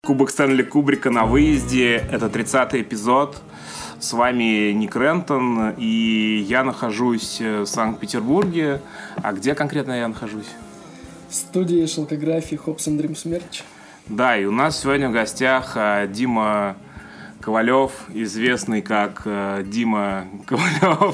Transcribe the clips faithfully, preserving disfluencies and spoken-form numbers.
Кубок Стэнли Кубрика на выезде. Это тридцатый эпизод. С вами Ник Рентон, и я нахожусь в Санкт-Петербурге. А где конкретно я нахожусь? В студии шелкографии Hops and Dreams Merch. Да, и у нас сегодня в гостях Дима Ковалев, известный как Дима Ковалев.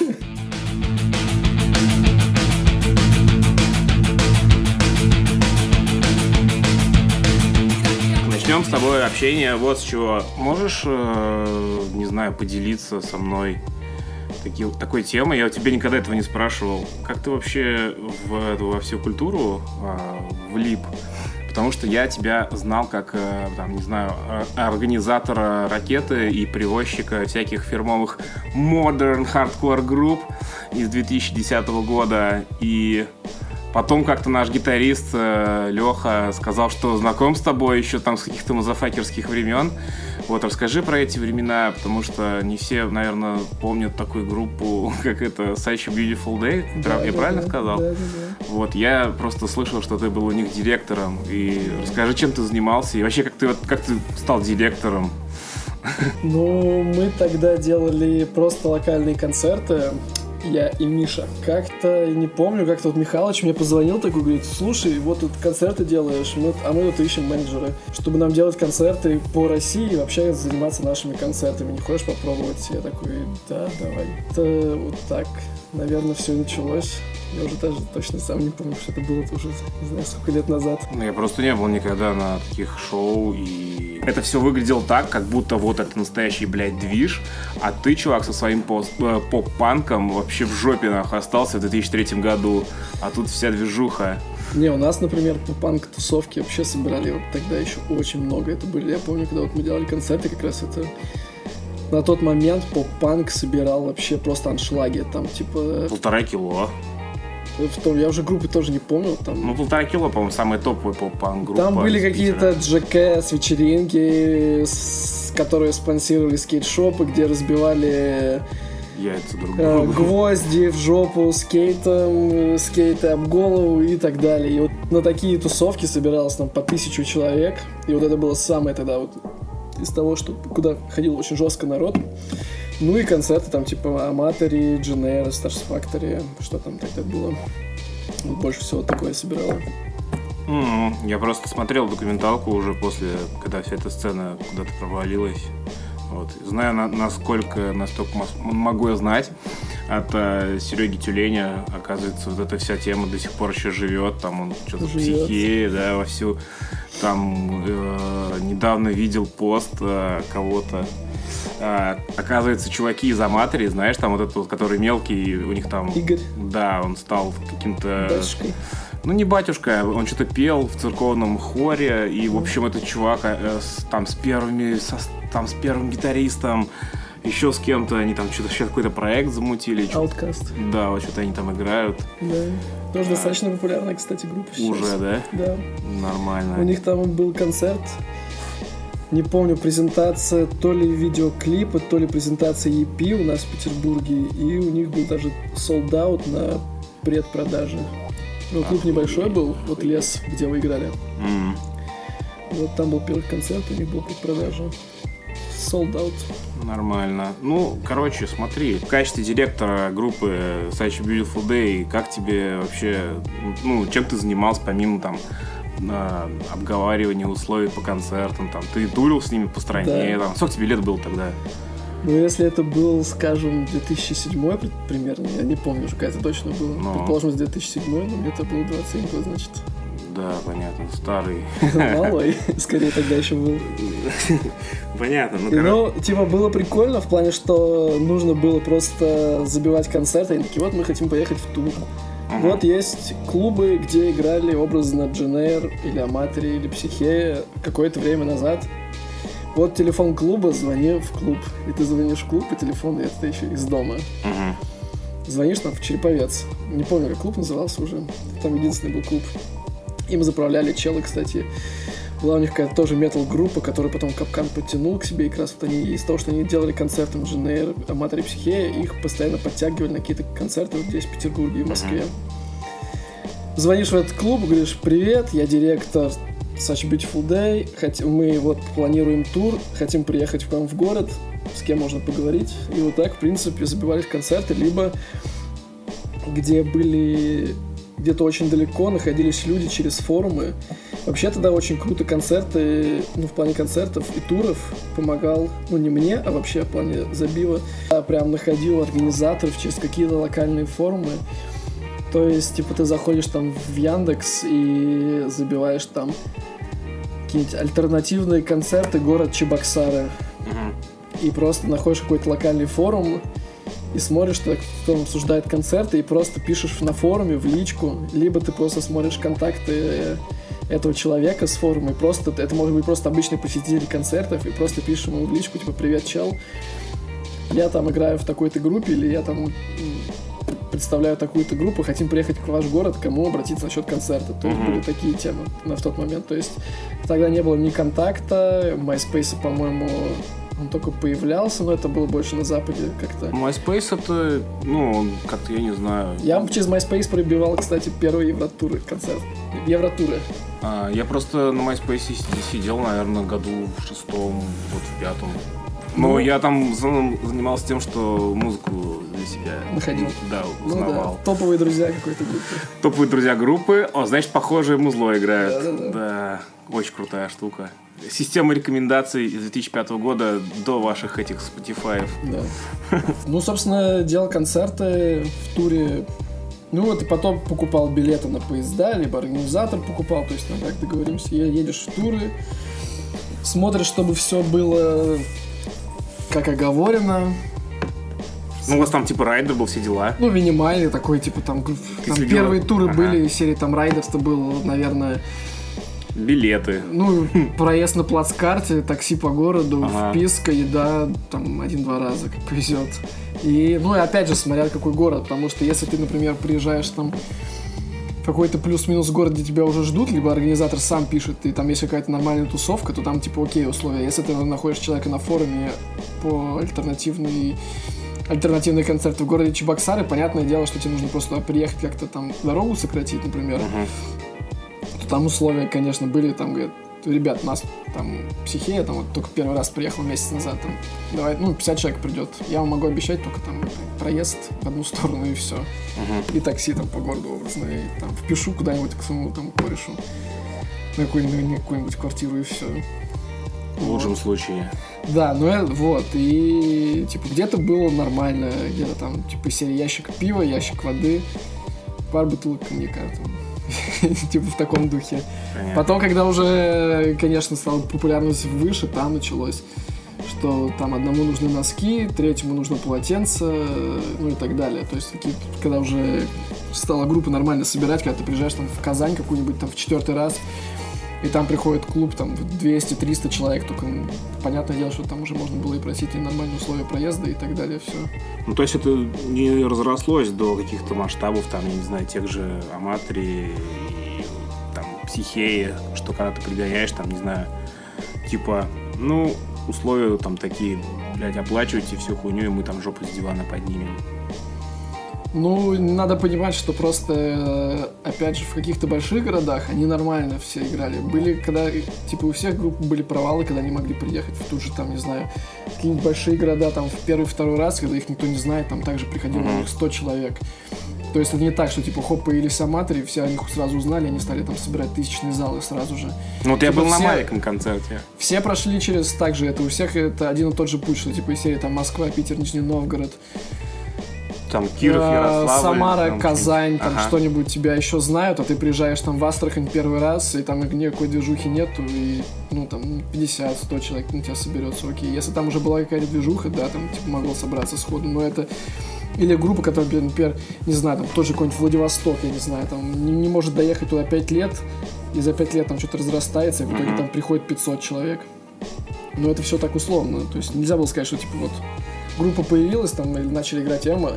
Начнем с тобой общение вот с чего. Можешь, э, не знаю, поделиться со мной таки, такой темой? Я у тебя никогда этого не спрашивал. Как ты вообще в эту, во всю культуру э, влип? Потому что я тебя знал как, э, там, не знаю, организатора ракеты и привозчика всяких фирмовых modern hardcore групп из две тысячи десятого года. И потом как-то наш гитарист э, Леха сказал, что знаком с тобой еще там с каких-то мазафакерских времен. Вот, расскажи про эти времена, потому что не все, наверное, помнят такую группу, как это Such a Beautiful Day. Да, я да, правильно да, сказал? Да, да, да. Вот, я просто слышал, что ты был у них директором. И расскажи, чем ты занимался, и вообще, как ты, как ты стал директором? Ну, мы тогда делали просто локальные концерты. Я и Миша. Как-то, не помню, как-то вот Михалыч мне позвонил такой, говорит: слушай, вот тут концерты делаешь, мы, а мы тут ищем менеджера, чтобы нам делать концерты по России и вообще заниматься нашими концертами. Не хочешь попробовать? Я такой: да, давай. Это вот так, наверное, все началось. Я уже даже точно сам не помню, что это было уже, не знаю, сколько лет назад. Ну, я просто не был никогда на таких шоу, и это все выглядело так, как будто вот это настоящий, блядь, движ, а ты, чувак, со своим пост, э, поп-панком вообще в жопе, нахуй, остался в две тысячи третьем году, а тут вся движуха. Не, у нас, например, поп-панк-тусовки вообще собирали вот тогда еще очень много. Это были, я помню, когда вот мы делали концерты, как раз это... На тот момент поп-панк собирал вообще просто аншлаги, там, типа... Полтора кило. В том, я уже группы тоже не помню. Там... Ну, полтора кило, по-моему, самая топовая поп-панк группа. Там были какие-то джи кей с вечеринки, с... которые спонсировали скейт-шопы, где разбивали яйца друг э, другу. Гвозди в жопу скейтом, скейты об голову и так далее. И вот на такие тусовки собиралось там по тысячу человек. И вот это было самое тогда вот из того, что куда ходил очень жестко народ. Ну и концерты там типа Аматори, Дженера, Stars Factory, что там тогда было. Вот больше всего такое собирало. Mm-hmm. Я просто смотрел документалку уже после, когда вся эта сцена куда-то провалилась. Вот. Знаю, на, насколько, настолько могу я знать от uh, Сереги Тюленя, оказывается, вот эта вся тема до сих пор еще живет. Там он что-то в психее, да, вовсю. Там э, недавно видел пост э, кого-то. А, оказывается, чуваки из Аматори, знаешь, там вот этот вот, который мелкий, у них там... Игорь. Да, он стал каким-то... Батюшкой. Ну, не батюшка, он что-то пел в церковном хоре, и, в общем, этот чувак э, с, там, с первыми, со, там, с первым гитаристом, еще с кем-то, они там что-то, сейчас какой-то проект замутили. Outcast. Да, вот что-то они там играют. Да. Тоже а, достаточно популярная, кстати, группа сейчас. Уже, да? Да. Нормально. У них там был концерт, не помню, презентация то ли видеоклипа, то ли презентация и пи у нас в Петербурге, и у них был даже sold-out на предпродаже. Ну, клуб а, небольшой был, вот лес, где вы играли. Mm. Вот там был первый концерт, у них был предпродажа. Sold-out. Нормально. Ну, короче, смотри, в качестве директора группы Such a Beautiful Day, как тебе вообще, ну, чем ты занимался помимо там обговаривания условий по концертам, там, ты турил с ними по стране, да. Там, сколько тебе лет было тогда? Ну, если это был, скажем, две тысячи седьмой примерно, я не помню уже, какая-то точно было. Но... Предположим, с две тысячи седьмой, но мне это было двадцать семь год, значит. Да, понятно, старый. Малой, скорее тогда еще был. Понятно. Ну, ну, типа, было прикольно в плане, что нужно было просто забивать концерты. Они такие: вот мы хотим поехать в тур. Uh-huh. Вот есть клубы, где играли образно Дженер или Аматори или Психея какое-то время назад. Вот телефон клуба, звони в клуб. И ты звонишь в клуб по телефону, и это еще из дома. Uh-huh. Звонишь там в Череповец. Не помню, как клуб назывался уже. Там единственный был клуб. Им заправляли челы, кстати. Была у них какая-то тоже метал-группа, которую потом Капкан подтянул к себе. И как раз вот они, из-за того, что они делали концерты Дженер, Аматори, Психея, их постоянно подтягивали на какие-то концерты вот здесь, в Петербурге и в Москве. Uh-huh. Звонишь в этот клуб, говоришь: привет, я директор Such a Beautiful Day, хотим, мы вот планируем тур, хотим приехать к вам в город, с кем можно поговорить. И вот так, в принципе, забивались концерты, либо где были где-то очень далеко, находились люди через форумы. Вообще тогда очень круто концерты, ну, в плане концертов и туров помогал, ну, не мне, а вообще в плане забива. Я прям находил организаторов через какие-то локальные форумы. То есть, типа, ты заходишь там в Яндекс и забиваешь там какие-нибудь альтернативные концерты, город Чебоксары. Mm-hmm. И просто находишь какой-то локальный форум и смотришь, кто обсуждает концерты, и просто пишешь на форуме, в личку, либо ты просто смотришь контакты этого человека с форума, и просто, это может быть просто обычный посетитель концертов, и просто пишешь ему в личку, типа, привет, чел, я там играю в такой-то группе, или я там представляю такую-то группу, хотим приехать в ваш город, кому обратиться насчет концерта. То есть mm-hmm. были такие темы на, в тот момент. То есть тогда не было ни контакта, MySpace, по-моему, он только появлялся, но это было больше на Западе как-то. MySpace это, ну, как-то я не знаю. Я через MySpace пробивал, кстати, первые Евротуры, концерт. Евротуры. А, я просто на MySpace сидел, наверное, году в шестом, вот в пятом. Но ну, я там занимался тем, что музыку для себя находил. Да, узнавал. Ну, да. Топовые друзья какой-то группы. Топовые друзья группы. О, значит, похожее музло играют. Да, да, да. Да, очень крутая штука. Система рекомендаций из две тысячи пятого года до ваших этих Spotify. Да. Ну, собственно, делал концерты в туре. Ну вот, и потом покупал билеты на поезда, либо организатор покупал. То есть, ну, как договоримся, едешь в туры, смотришь, чтобы все было как оговорено. Ну, у вас там типа райдер был, все дела. Ну, минимальный такой, типа там, там первые туры ага. были, серии там райдерство было, наверное... Билеты. Ну, проезд на плацкарте, такси по городу, ага. вписка, еда, там, один-два раза, как повезет. И, ну, и опять же, смотря какой город, потому что если ты, например, приезжаешь там в какой-то плюс-минус город, где тебя уже ждут, либо организатор сам пишет, и там есть какая-то нормальная тусовка, то там, типа, окей условия. Если ты находишь человека на форуме по альтернативной... альтернативный концерт в городе Чебоксары, понятное дело, что тебе нужно просто туда приехать, как-то там дорогу сократить, например. Uh-huh. То там условия, конечно, были, там, говорят, ребят, у нас там психея, там вот только первый раз приехал месяц назад, там, давай, ну, пятьдесят человек придет. Я вам могу обещать только там проезд в одну сторону и все. Uh-huh. И такси там по городу образно, и там впишу куда-нибудь к своему там корешу на какую-нибудь, на какую-нибудь квартиру и все. В лучшем вот. Случае. Да, ну это вот, и типа где-то было нормально, где-то там, типа, серия ящик пива, ящик воды, пар бутылок коньяка, типа в таком духе. Понятно. Потом, когда уже, конечно, стала популярность выше, там началось, что там одному нужны носки, третьему нужно полотенце, ну и так далее. То есть, такие, когда уже стала группа нормально собирать, когда ты приезжаешь там в Казань какую-нибудь там в четвертый раз, и там приходит клуб, там, двести-триста человек, только, ну, понятное дело, что там уже можно было и просить и нормальные условия проезда и так далее, все. Ну, то есть это не разрослось до каких-то масштабов, там, я не знаю, тех же Аматри и там Психеи, что когда ты пригоняешь, там, не знаю, типа, ну, условия там такие, блядь, оплачивайте всю хуйню, и мы там жопу с дивана поднимем. Ну, надо понимать, что просто, опять же, в каких-то больших городах они нормально все играли. Были, когда, типа, у всех групп были провалы, когда они могли приехать в тут же, там, не знаю, какие-нибудь большие города, там, в первый-второй раз, когда их никто не знает, там также приходило mm-hmm. у них сто человек. То есть это не так, что, типа, хоп, появились аматоры, все о них сразу узнали, они стали там собирать тысячные залы сразу же. Ну, вот типа, я был все, на маленьком концерте. Все прошли через, так же, это у всех это один и тот же путь, что, типа, из серии, там, Москва, Питер, Нижний Новгород, там Киров, Ярославль, Самара, там, Казань, там ага. что-нибудь тебя еще знают, а ты приезжаешь там в Астрахань первый раз, и там никакой движухи нету, и, ну, там, пятьдесят-сто человек на тебя соберется, окей. Если там уже была какая-то движуха, да, там, типа, могло собраться сходу, но это... Или группа, которая, например, не знаю, там, тот же какой-нибудь Владивосток, я не знаю, там, не, не может доехать туда пять лет, и за пять лет там что-то разрастается, и в итоге mm-hmm. там приходит пятьсот человек. Но это все так условно, то есть нельзя было сказать, что, типа, вот, группа появилась, там, или начали играть эмо,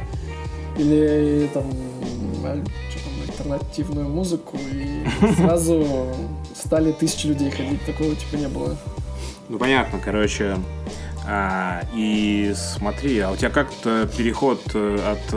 или там, что там, альтернативную музыку, и сразу стали тысячи людей ходить, такого типа не было. Ну понятно, короче, а, и смотри, а у тебя как-то переход от,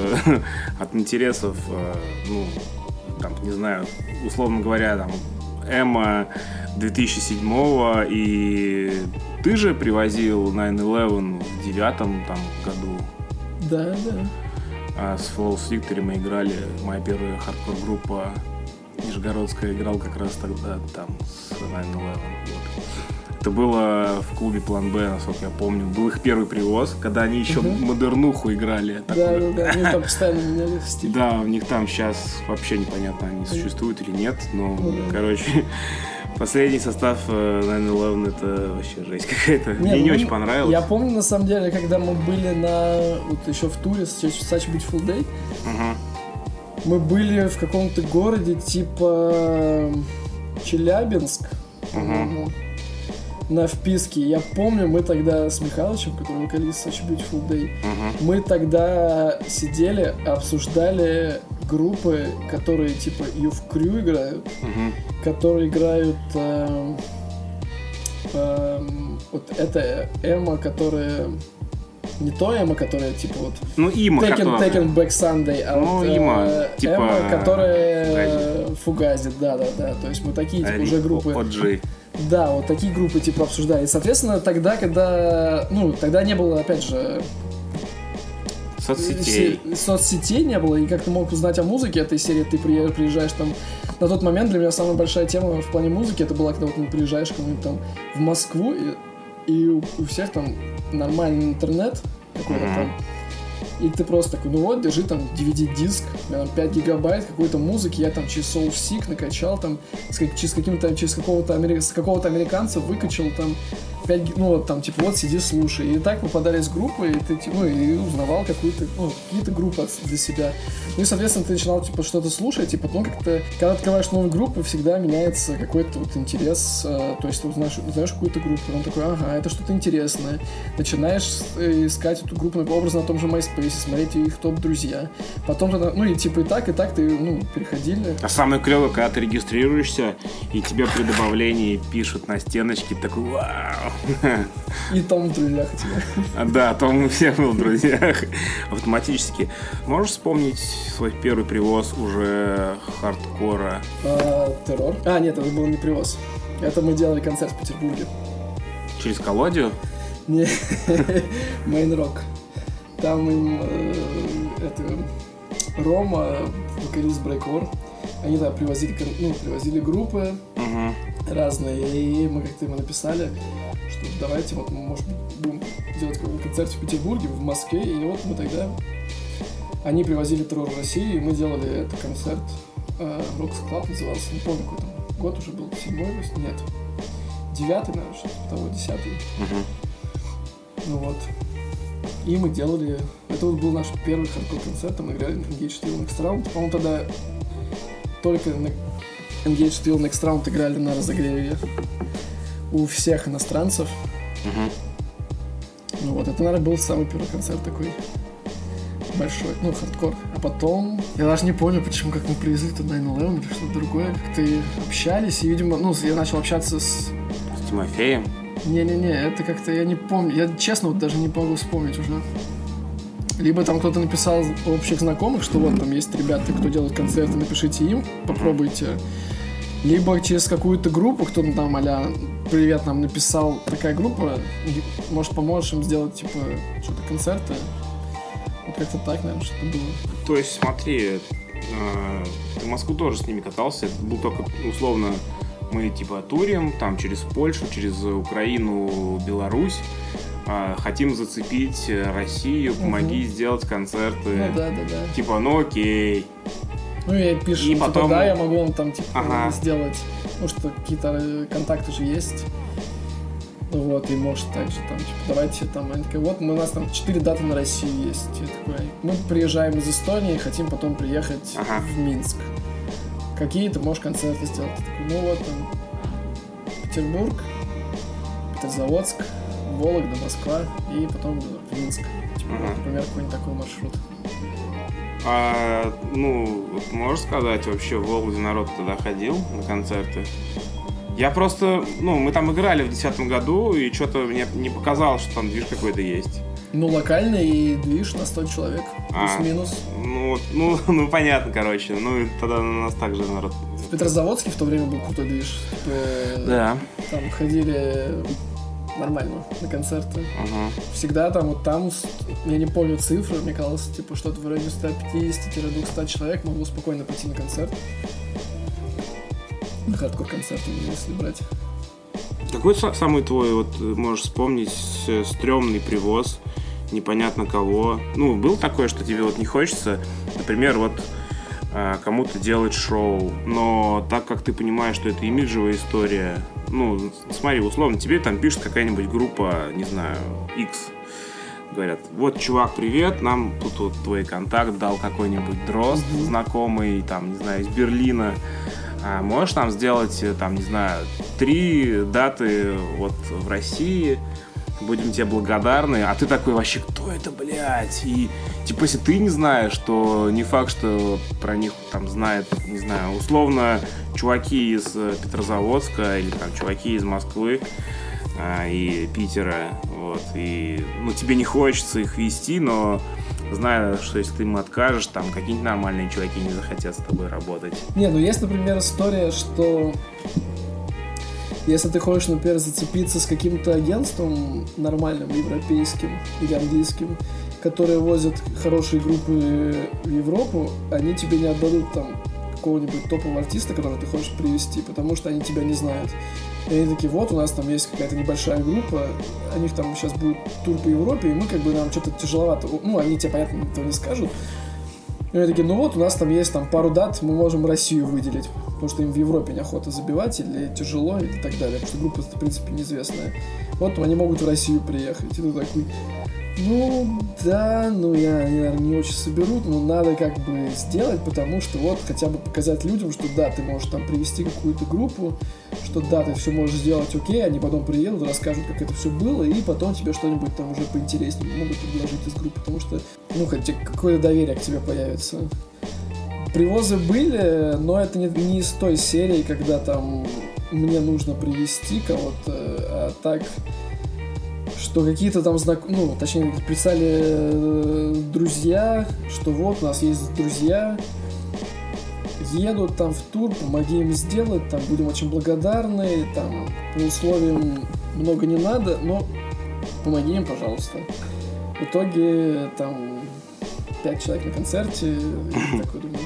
от интересов, ну, там, не знаю, условно говоря, там, эмо две тысячи седьмого, и ты же привозил найн элевен в девятом там году. Да, да. А с Flawless Victory мы играли, моя первая хардкор-группа нижегородская играл как раз тогда там с найн элевен. Вот. Это было в клубе План Б, насколько я помню. Был их первый привоз, когда они еще uh-huh. модернуху играли. Да, да, да, они там постоянно меняли стиль. Да, у них там сейчас вообще непонятно, они существуют или нет, но, uh-huh. короче, последний состав найн элевен это вообще жесть какая-то. Мне ну, не очень понравилось. Я помню, на самом деле, когда мы были на, вот еще в туре с Such a Beautiful Day, uh-huh. мы были в каком-то городе типа Челябинск, uh-huh. на вписке. Я помню, мы тогда с Михалычем, который вокалист Such a Beautiful Day, uh-huh. мы тогда сидели, обсуждали группы, которые типа Youth Crew играют, uh-huh. которые играют э, э, вот это эмо, которая не то эмо, которое типа вот ну, има, Taken, Taken Back Sunday, а ну, вот има, э, типа эмо, которая Фугазит, да-да-да, то есть мы такие типа, уже группы. о джи. Да, вот такие группы типа обсуждали. Соответственно, тогда, когда, ну, тогда не было, опять же, соцсетей. Соцсетей не было, и как ты мог узнать о музыке этой серии, ты приезжаешь там. На тот момент для меня самая большая тема в плане музыки, это была, когда вот ты приезжаешь кому-нибудь там в Москву, и, и у, у всех там нормальный интернет какой-то mm-hmm. там. И ты просто такой, ну вот, держи там ди ви ди-диск, пять гигабайт какой-то музыки, я там через SoulSeek накачал, там, через, каким-то, через какого-то, амери... какого-то американца выкачал там пять, ну вот там, типа, вот сиди, слушай. И так попадались группы, и ты, ну, и узнавал какую-то, ну, какие-то группы для себя. Ну и, соответственно, ты начинал, типа, что-то слушать, и потом как-то, когда открываешь новую группу, всегда меняется какой-то вот интерес, э, то есть ты узнаешь, узнаешь какую-то группу, потом такой, ага, это что-то интересное. Начинаешь искать эту группу, например, образно на том же MySpace, смотреть их топ-друзья. Потом, ну, и типа, и так, и так ты, ну, переходили. А самое клевое, когда ты регистрируешься, и тебе при добавлении пишут на стеночке, такой, вау. И Том в друзьях у тебя. А, да, Том у всех был в друзьях. Автоматически. Можешь вспомнить свой первый привоз уже хардкора? А, террор? А, нет, это был не привоз. Это мы делали концерт в Петербурге. Через колодию? Не, Main Rock. Там им э, это, Рома, вокалист Breakcore, они да, привозили, ну, привозили группы uh-huh. разные, и мы как-то ему написали, что давайте, вот, мы, может быть, будем делать какой-то концерт в Петербурге, в Москве, и вот мы тогда, они привозили террор в Россию, и мы делали этот концерт, э, Rocks Club назывался, не помню, какой там год уже был, седьмой, нет, девятый, наверное, что-то того, десятый. Uh-huh. Ну вот. И мы делали... Это вот был наш первый хардкор-концерт, мы играли на Engage Steel Next Round. По-моему, тогда только на Engage Steel Next Round играли на разогреве у всех иностранцев. Uh-huh. Ну вот, это, наверное, был самый первый концерт такой большой, ну, хардкор. А потом... Я даже не помню, почему, как мы привезли туда найн элевен или что-то другое. Как-то общались, и, видимо, ну, я начал общаться с... С Тимофеем? Не-не-не, это как-то я не помню. Я, честно, вот даже не могу вспомнить уже. Либо там кто-то написал общих знакомых, что вот там есть ребята, кто делает концерты, напишите им, попробуйте. Либо через какую-то группу, кто-то там а-ля «Привет, нам написал такая группа, может, поможешь им сделать, типа, что-то концерты». Вот как-то так, наверное, что-то было. То есть, смотри, ты в Москву тоже с ними катался, это был только, условно... Мы типа турим там через Польшу, через Украину, Беларусь. А, хотим зацепить Россию, помоги угу. сделать концерты. Ну да, да, да. Типа, ну окей. Ну я пишу, и типа, потом... да, я могу вам там типа ага. сделать. Ну что какие-то контакты же есть. Ну вот, и может также там, типа, давайте там, они такие, вот мы, у нас там четыре даты на Россию есть. Я такой, мы приезжаем из Эстонии, хотим потом приехать ага. в Минск. Какие ты можешь концерты сделать? Ты такой, ну вот там Петербург, Петрозаводск, Вологда, Москва и потом в Минск. Типа, ага. например, какой-нибудь такой маршрут. А, ну, можешь сказать, вообще в Вологде народ туда ходил на концерты? Я просто, ну, мы там играли в две тысячи десятом году, и что-то мне не показалось, что там движ какой-то есть. Ну, локальный движ на сто человек, А, плюс-минус. Ну, ну, ну, понятно, короче. Ну, тогда у нас также народ. В Петрозаводске в то время был крутой движ. Типа, Да. Там ходили нормально на концерты. Ага. Всегда там, вот там, я не помню цифры, мне казалось, типа, что-то в районе сто пятьдесят-двести человек могло спокойно пойти на концерт. На хардкор-концерт, если брать. Какой са- самый твой, вот, можешь вспомнить, с- стрёмный привоз, непонятно кого? Ну, был такое, что тебе вот не хочется, например, вот э, кому-то делать шоу, но так как ты понимаешь, что это имиджевая история, ну, смотри, условно, тебе там пишет какая-нибудь группа, не знаю, X, говорят, вот, чувак, привет, нам тут вот твой контакт дал какой-нибудь Дрозд, mm-hmm. знакомый, там, не знаю, из Берлина. А можешь там сделать, там, не знаю, три даты вот в России, будем тебе благодарны, а ты такой вообще, кто это, блядь? И, типа, если ты не знаешь, то не факт, что про них там знает, не знаю, условно, чуваки из Петрозаводска или там чуваки из Москвы а, и Питера, вот, и, ну, тебе не хочется их вести, но зная, что если ты им откажешь, там какие-нибудь нормальные чуваки не захотят с тобой работать. Не, ну есть, например, история, что если ты хочешь, например, зацепиться с каким-то агентством нормальным, европейским или английским, которые возят хорошие группы в Европу, они тебе не отдадут там какого-нибудь топового артиста, которого ты хочешь привести, потому что они тебя не знают. И они такие, вот, у нас там есть какая-то небольшая группа, у них там сейчас будет тур по Европе, и мы как бы, нам что-то тяжеловато. Ну, они тебе, понятно, этого не скажут. И они такие, ну вот, у нас там есть там пару дат, мы можем Россию выделить, потому что им в Европе неохота забивать, или тяжело, и так далее, потому что группа, в принципе, неизвестная. Вот, они могут в Россию приехать. И ты такой, ну, да, ну, я, они, наверное, не очень соберут, но надо как бы сделать, потому что вот хотя бы показать людям, что да, ты можешь там привести какую-то группу, что да, ты все можешь сделать окей, они потом приедут, расскажут, как это все было, и потом тебе что-нибудь там уже поинтереснее могут предложить из группы, потому что, ну, хотя какое-то доверие к тебе появится. Привозы были, но это не, не из той серии, когда там мне нужно привести кого-то, а так, что какие-то там знак... ну, точнее, писали друзья, что вот, у нас есть друзья, едут там в тур, помоги им сделать, там будем очень благодарны, там по условиям много не надо, но помоги им, пожалуйста. В итоге там пять человек на концерте, и такой думаешь,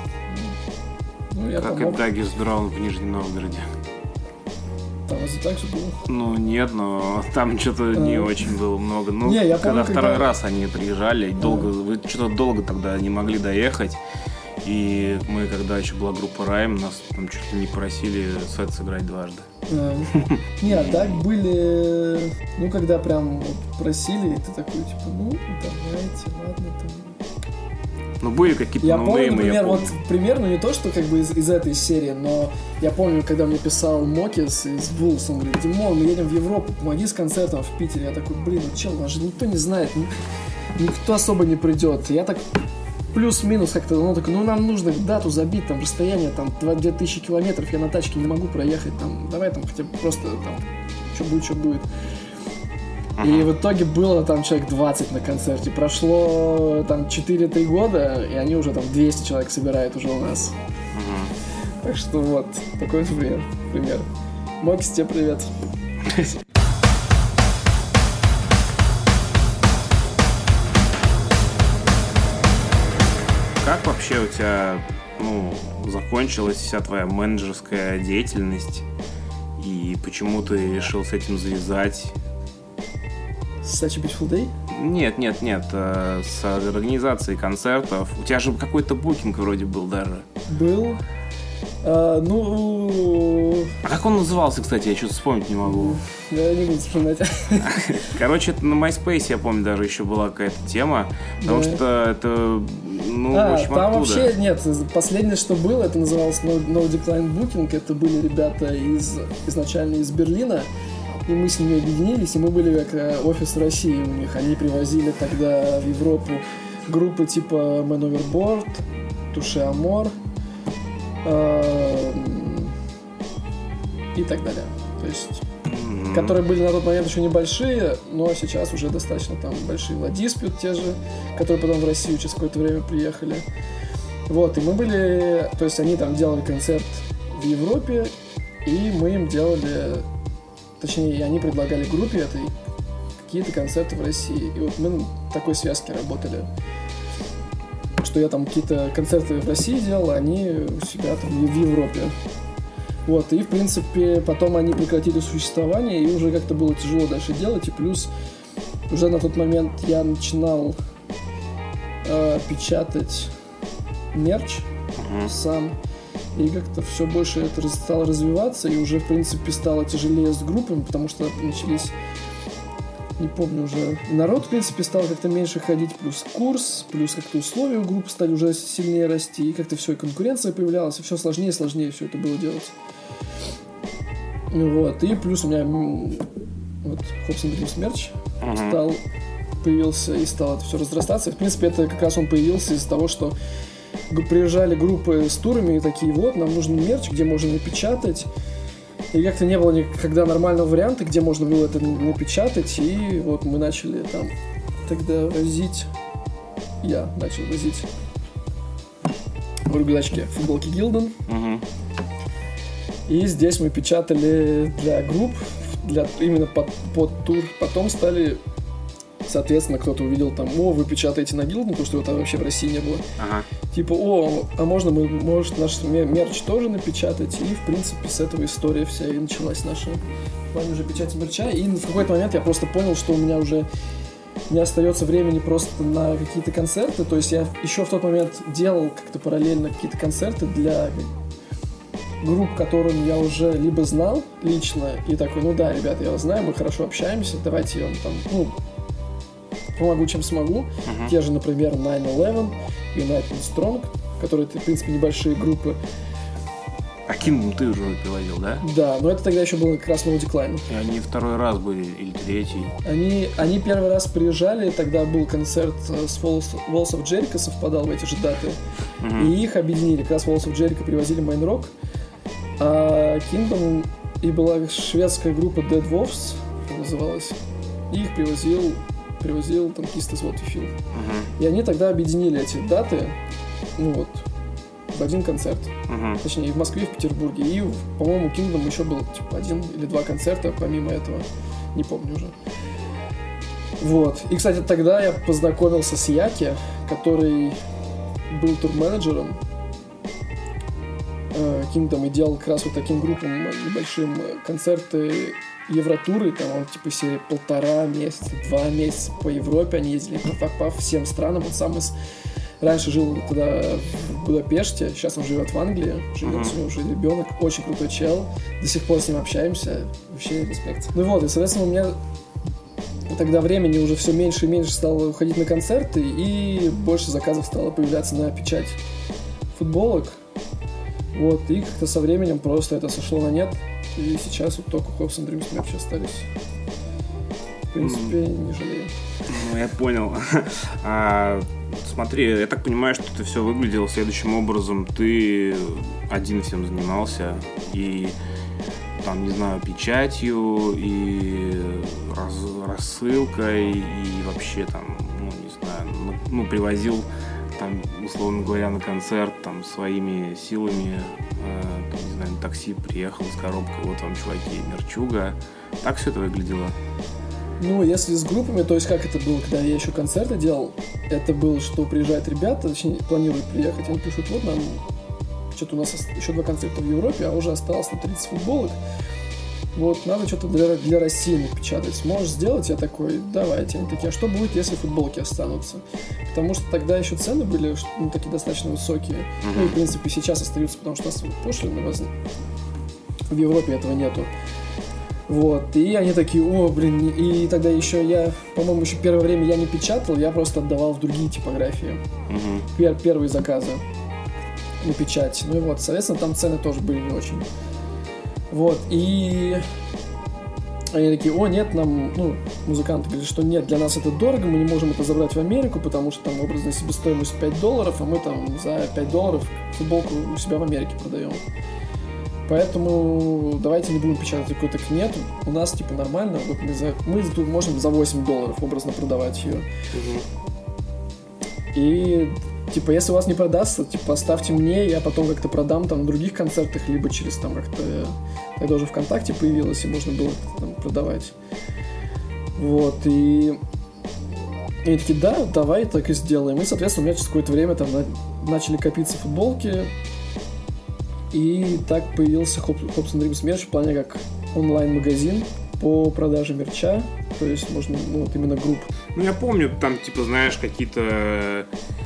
ну, я как помог. и Даггерс Драун в Нижнем Новгороде. Там это так же было? Ну нет, но там что-то не а... очень было много. Ну, не, я когда помню, второй когда... раз они приезжали, а... долго, вы что-то долго тогда не могли доехать. И мы, когда еще была группа Райм, нас там чуть ли не просили сет сыграть дважды. А. Не, а так были, ну, когда прям просили, и ты такой, типа, ну, давайте, ладно, там. Ну, были какие-то я помню, ноунеймы, например, я помню. вот примерно не то, что как бы из, из этой серии, но я помню, когда мне писал Мокис из Вулс, он говорит, Димон, мы едем в Европу, помоги с концертом в Питере. Я такой, блин, ну чел, вас же никто не знает, никто особо не придет. Я так плюс-минус как-то, ну, такой, ну, нам нужно дату забить, там, расстояние, там, две тысячи километров, я на тачке не могу проехать, там, давай там хотя бы просто, там, что будет, что будет. И в итоге было там человек двадцать на концерте. Прошло там четыре-три года, и они уже там двести человек собирают уже у нас. Uh-huh. Так что вот, такой пример. пример. Мокис, тебе привет. Как вообще у тебя, ну, закончилась вся твоя менеджерская деятельность? И почему ты решил с этим завязать? Such a Beautiful Day? Нет, нет, нет, э, с организацией концертов. У тебя же какой-то букинг вроде был даже. Был. А, ну... А как он назывался, кстати, я что-то вспомнить не могу. Я не буду вспоминать. Короче, это на MySpace, я помню, даже еще была какая-то тема, потому да. что это, ну, а, в общем, там оттуда. Вообще, нет, последнее, что было, это называлось No, No Decline Booking, это были ребята из, изначально из Берлина, и мы с ними объединились, и мы были как офис России у них. Они привозили тогда в Европу группы типа Man Overboard, Touché Amor э- и так далее. То есть, которые были на тот момент еще небольшие, но сейчас уже достаточно там большие. La Dispute те же, которые потом в Россию через какое-то время приехали. Вот, и мы были... То есть они там делали концерт в Европе, и мы им делали... Точнее, они предлагали группе этой какие-то концерты в России. И вот мы на такой связке работали. Что я там какие-то концерты в России делал, а они у себя там в Европе. Вот, и в принципе потом они прекратили существование, и уже как-то было тяжело дальше делать. И плюс уже на тот момент я начинал э, печатать мерч uh-huh. сам. И как-то все больше это стало развиваться, и уже, в принципе, стало тяжелее с группами, потому что начались, не помню уже, народ, в принципе, стал как-то меньше ходить, плюс курс, плюс как-то условия у группы стали уже сильнее расти, и как-то все, и конкуренция появлялась, и все сложнее и сложнее все это было делать. Вот, и плюс у меня вот Hopes and Dreams мерч uh-huh. стал, появился, и стало это все разрастаться. И, в принципе, это как раз он появился из-за того, что приезжали группы с турами и такие, вот, нам нужен мерч, где можно напечатать. И как-то не было никогда нормального варианта, где можно было это напечатать. И вот мы начали там тогда возить, я начал возить в рюкзачке футболки Гилден. Uh-huh. И здесь мы печатали для групп, для, именно под, под тур. Потом стали... Соответственно, кто-то увидел там, о, вы печатаете на Гилден, потому что его там вообще в России не было. Ага. Типа, о, а можно мы, может, наш мерч тоже напечатать? И, в принципе, с этого история вся и началась наша в плане уже печати мерча. И в какой-то момент я просто понял, что у меня уже не остается времени просто на какие-то концерты. То есть я еще в тот момент делал как-то параллельно какие-то концерты для групп, которым я уже либо знал лично, и такой, ну да, ребята, я вас знаю, мы хорошо общаемся, давайте я вам там, ну, помогу, чем смогу. Uh-huh. Те же, например, nine eleven, United Strong, которые, в принципе, небольшие группы. А Kingdom ты уже привозил, да? Да, но это тогда еще было как раз No Decline. И они второй раз были, или третий? Они, они первый раз приезжали, тогда был концерт с Walls, Walls of Jericho, совпадал в эти же даты. Uh-huh. И их объединили. Как раз Walls of Jericho привозили Main Rock, а Kingdom и была шведская группа Dead Wolves, называлась. И их привозил привозил танкист из Waterfield. Uh-huh. И они тогда объединили эти даты, ну вот, в один концерт. Uh-huh. Точнее, и в Москве, и в Петербурге. И, по-моему, Kingdom еще был типа один или два концерта, помимо этого. Не помню уже. Вот. И, кстати, тогда я познакомился с Яки, который был турменеджером э, Kingdom и делал как раз вот таким группам небольшим концерты Евротуры, там он типа серии полтора месяца, два месяца по Европе, они ездили по, по всем странам. Он сам из... раньше жил тогда в Будапеште, сейчас он живет в Англии, живет, uh-huh. у него уже ребенок, очень крутой чел, до сих пор с ним общаемся, вообще респект. Ну вот, и, соответственно, у меня тогда времени уже все меньше и меньше стало уходить на концерты, и больше заказов стало появляться на печать футболок. Вот, и как-то со временем просто это сошло на нет. И сейчас вот только Hopes and Dreams мерч остались. В принципе, mm. не жалею. Ну, я понял. а, смотри, я так понимаю, что это все выглядело следующим образом. Ты один всем занимался. И там, не знаю, печатью, и раз, рассылкой, и вообще там, ну, не знаю, ну, ну привозил там, условно говоря, на концерт там своими силами, э, там, не знаю, на такси приехал с коробкой, вот вам, чуваки, мерчуга. Так все это выглядело? Ну, если с группами, то есть как это было, когда я еще концерты делал, это было, что приезжают ребята, точнее, планируют приехать, они пишут, вот нам, что-то у нас еще два концерта в Европе, а уже осталось на тридцать футболок, вот, надо что-то для, для России напечатать. Сможешь сделать? Я такой, давайте. Они такие, а что будет, если футболки останутся? Потому что тогда еще цены были, ну, такие достаточно высокие. Uh-huh. Ну, и, в принципе, сейчас остаются, потому что у нас пошлины возникли. В Европе этого нету. Вот, и они такие, о, блин, и тогда еще я, по-моему, еще первое время я не печатал, я просто отдавал в другие типографии. Uh-huh. Пер- первые заказы на печать. Ну и вот, соответственно, там цены тоже были не очень. Вот, и они такие, о, нет, нам, ну, музыканты говорят, что нет, для нас это дорого, мы не можем это забрать в Америку, потому что там образная себестоимость пять долларов, а мы там за пять долларов футболку у себя в Америке продаем. Поэтому давайте не будем печатать какой-то нет. У нас, типа, нормально. Вот мы, за, мы тут можем за восемь долларов образно продавать ее. Угу. И, типа, если у вас не продастся, типа, оставьте мне, я потом как-то продам там на других концертах, либо через там как-то... Тогда уже ВКонтакте появилось, и можно было там продавать. Вот, и... И они такие, да, давай так и сделаем. И, соответственно, у меня через какое-то время там на... начали копиться футболки. И так появился Hops and Dreams мерч в плане как онлайн-магазин по продаже мерча. То есть можно, ну, вот именно групп. Ну, я помню, там, типа, знаешь, какие-то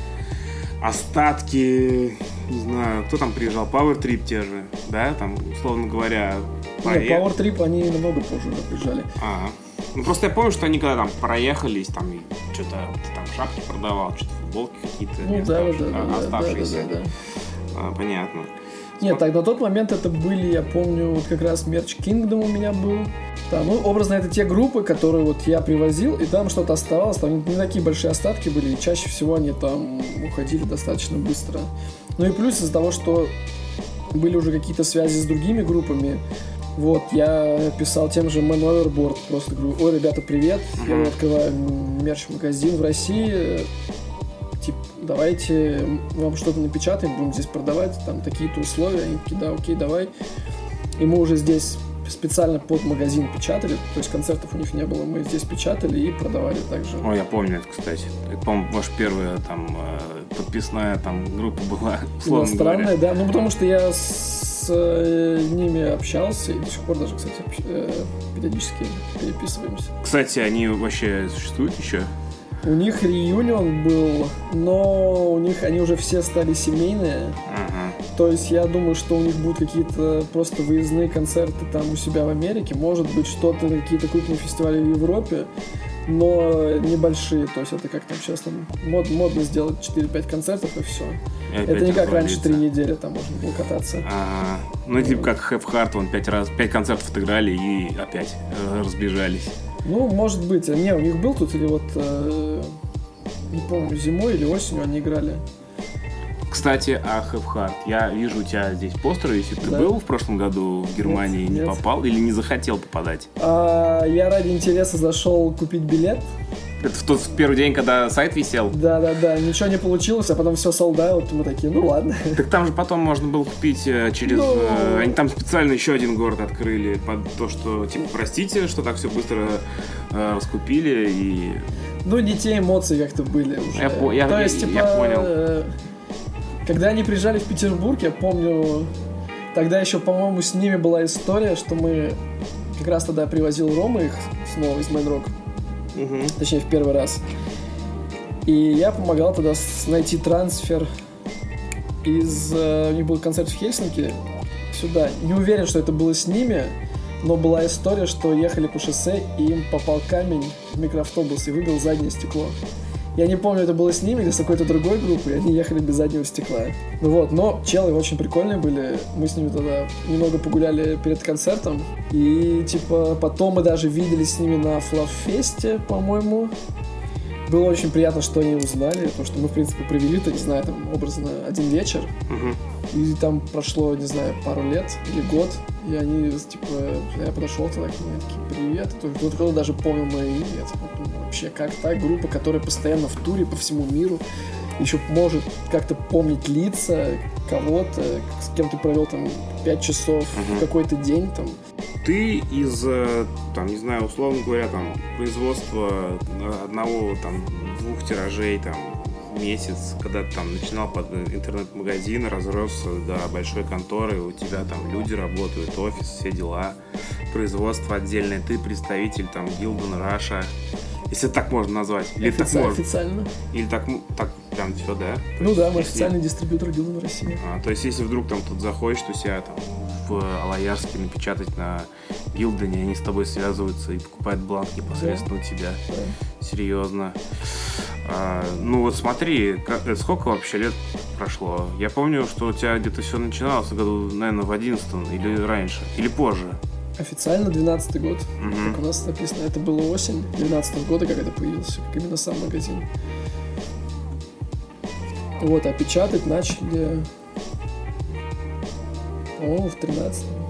остатки, не знаю, кто там приезжал, Power Trip те же, да, там, условно говоря. Нет, Power Trip, они намного позже уже приезжали. Ага. Ну, просто я помню, что они когда там проехались, там, и что-то там шапки продавал, что-то футболки какие-то, ну, не да, оставшиеся, да, да, оставшиеся. Да, да, да, да. А, понятно. Нет, так, на тот момент это были, я помню, вот как раз мерч Kingdom у меня был. Там, ну, образно, это те группы, которые вот я привозил, и там что-то оставалось, там не такие большие остатки были, и чаще всего они там уходили достаточно быстро. Ну и плюс из-за того, что были уже какие-то связи с другими группами, вот, я писал тем же Man Overboard, просто говорю, ой, ребята, привет, я вот открываю мерч-магазин в России, типа, давайте вам что-то напечатаем, будем здесь продавать, там такие-то условия. Они такие, да, окей, давай. И мы уже здесь специально под магазин печатали, то есть концертов у них не было, мы здесь печатали и продавали также. О, я помню это, кстати. Это, по-моему, ваша первая там подписная там группа была, условно ну, странная, говоря. да, ну потому что я с э, ними общался и до сих пор даже, кстати, э, периодически переписываемся. Кстати, они вообще существуют еще? У них реюнион был, но у них они уже все стали семейные. Uh-huh. То есть я думаю, что у них будут какие-то просто выездные концерты там у себя в Америке. Может быть, что-то, какие-то крупные фестивали в Европе, но небольшие. То есть это как там сейчас там мод, модно сделать четыре-пять концертов и все. И это не как раньше три недели там можно было кататься. А-а-а. Ну, типа как Have Heart, он пять раз, пять концертов отыграли и опять э, разбежались. Ну, может быть. Не, у них был тут или вот, э, не помню, зимой или осенью они играли. Кстати, о Have Heart. Я вижу у тебя здесь постеры, если ты да. был в прошлом году в Германии и не нет. попал или не захотел попадать? А, я ради интереса зашел купить билет. Это в тот в первый день, когда сайт висел? Да-да-да, ничего не получилось, а потом все sold out, мы такие, ну ладно. Так там же потом можно было купить через... Ну... Э, они там специально еще один город открыли под то, что, типа, простите, что так все быстро э, раскупили и... Ну, не те эмоции как-то были уже. Я, по- я, то я, есть, типа, я понял. Э, когда они приезжали в Петербург, я помню, тогда еще, по-моему, с ними была история, что мы... Как раз тогда привозил Рома их снова из Main Rock. Угу. Точнее, в первый раз. И я помогал тогда найти трансфер из... У них был концерт в Хельсинки сюда. Не уверен, что это было с ними, но была история, что ехали по шоссе, и им попал камень в микроавтобус и выбил заднее стекло. Я не помню, это было с ними или с какой-то другой группой, и они ехали без заднего стекла. Ну вот, но челы очень прикольные были. Мы с ними тогда немного погуляли перед концертом. И, типа, потом мы даже виделись с ними на Флавфесте, по-моему. Было очень приятно, что они узнали, потому что мы, в принципе, провели-то, не знаю, там, образно, один вечер. Uh-huh. И там прошло, не знаю, пару лет или год. И они, типа, я подошел тогда к ним, такие, привет. Кто-то даже помнил мое имя. Вообще, как та группа, которая постоянно в туре по всему миру, еще может как-то помнить лица кого-то, с кем ты провел там пять часов uh-huh. в какой-то день там. Ты из, там, не знаю, условно говоря, там, производства одного, там, двух тиражей, там, в месяц, когда ты там начинал под интернет-магазин, разросся до большой конторы, у тебя там люди работают, офис, все дела, производство отдельное, ты представитель, там, Gildan Russia, если так можно назвать. Или Офици- так можно? Официально. Или так, так прям все, да? Ну то да, есть, мы если... официальный дистрибьютор Gildan России. А, то есть, если вдруг там тут захочешь, у себя там в Алаярске напечатать на Гилдане, они с тобой связываются и покупают бланк непосредственно да. у тебя. Да. Серьезно. А, ну вот смотри, как, сколько вообще лет прошло? Я помню, что у тебя где-то все начиналось в году, наверное, в одиннадцатом или раньше, или позже. Официально двенадцатый год, угу. как у нас написано. Это было осень двенадцатого года, как это появился, как именно сам магазин. Вот, а печатать начали, по-моему, в тринадцатом.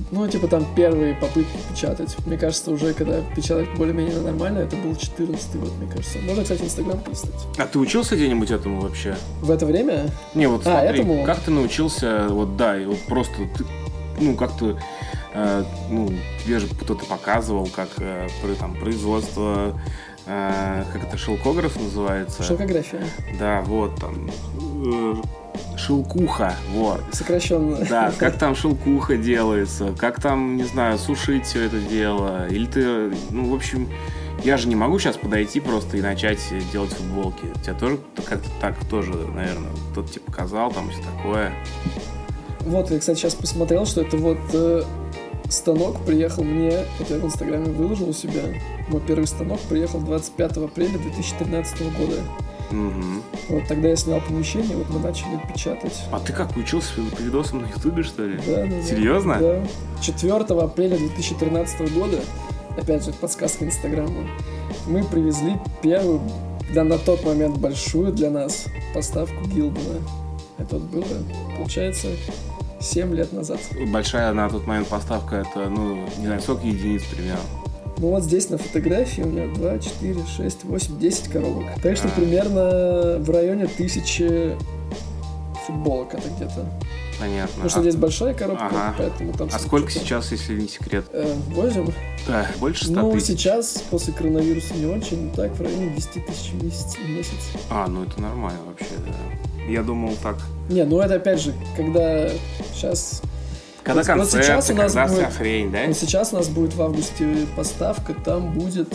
Ну, типа там первые попытки печатать. Мне кажется, уже когда печатать более-менее нормально, это был четырнадцатый год, мне кажется. Можно, кстати, Инстаграм полистать. А ты учился где-нибудь этому вообще? В это время? Не, вот а, смотри, этому? Как ты научился, вот да, и вот просто ты, ну, как-то, э, ну, тебе же кто-то показывал, как э, там производство, э, как это, шелкограф называется? Шелкография. Да, вот там... Э, шелкуха, вот. Сокращенно. Да, как там шелкуха делается, как там, не знаю, сушить все это дело. Или ты, ну, в общем, я же не могу сейчас подойти просто и начать делать футболки. Тебя тоже как-то так тоже, наверное, кто-то тебе показал, там все такое. Вот, я, кстати, сейчас посмотрел, что это вот э, станок приехал мне, вот я в Инстаграме выложил у себя. Мой первый станок приехал двадцать пятого апреля две тысячи тринадцатого года. Угу. Вот тогда я снял помещение, вот мы начали печатать. А ты как, учился по видосам на Ютубе, что ли? Да, да. Серьезно? Да. четвёртого апреля две тысячи тринадцатого года, опять же, подсказка Инстаграма, мы привезли первую, да, на тот момент большую для нас поставку Гилдена. Это вот было, получается, семь лет назад. Большая на тот момент поставка, это, ну, не знаю, сколько единиц примерно? Ну вот здесь на фотографии у меня два, четыре, шесть, восемь, десять коробок. Так что А. примерно в районе тысячи футболок это где-то. Понятно. Потому что а... здесь большая коробка, ага. поэтому там... А сколько сейчас, если не секрет? Э, возим? Да, больше ста Ну, тысяч. сейчас, после коронавируса, не очень, так, в районе десять тысяч в месяц. В месяц. А, ну это нормально вообще, да. Я думал так. Не, ну это опять же, когда сейчас... Когда вот, концерты, вот сейчас у нас когда будет, вся хрень, да? Вот сейчас у нас будет в августе поставка, там будет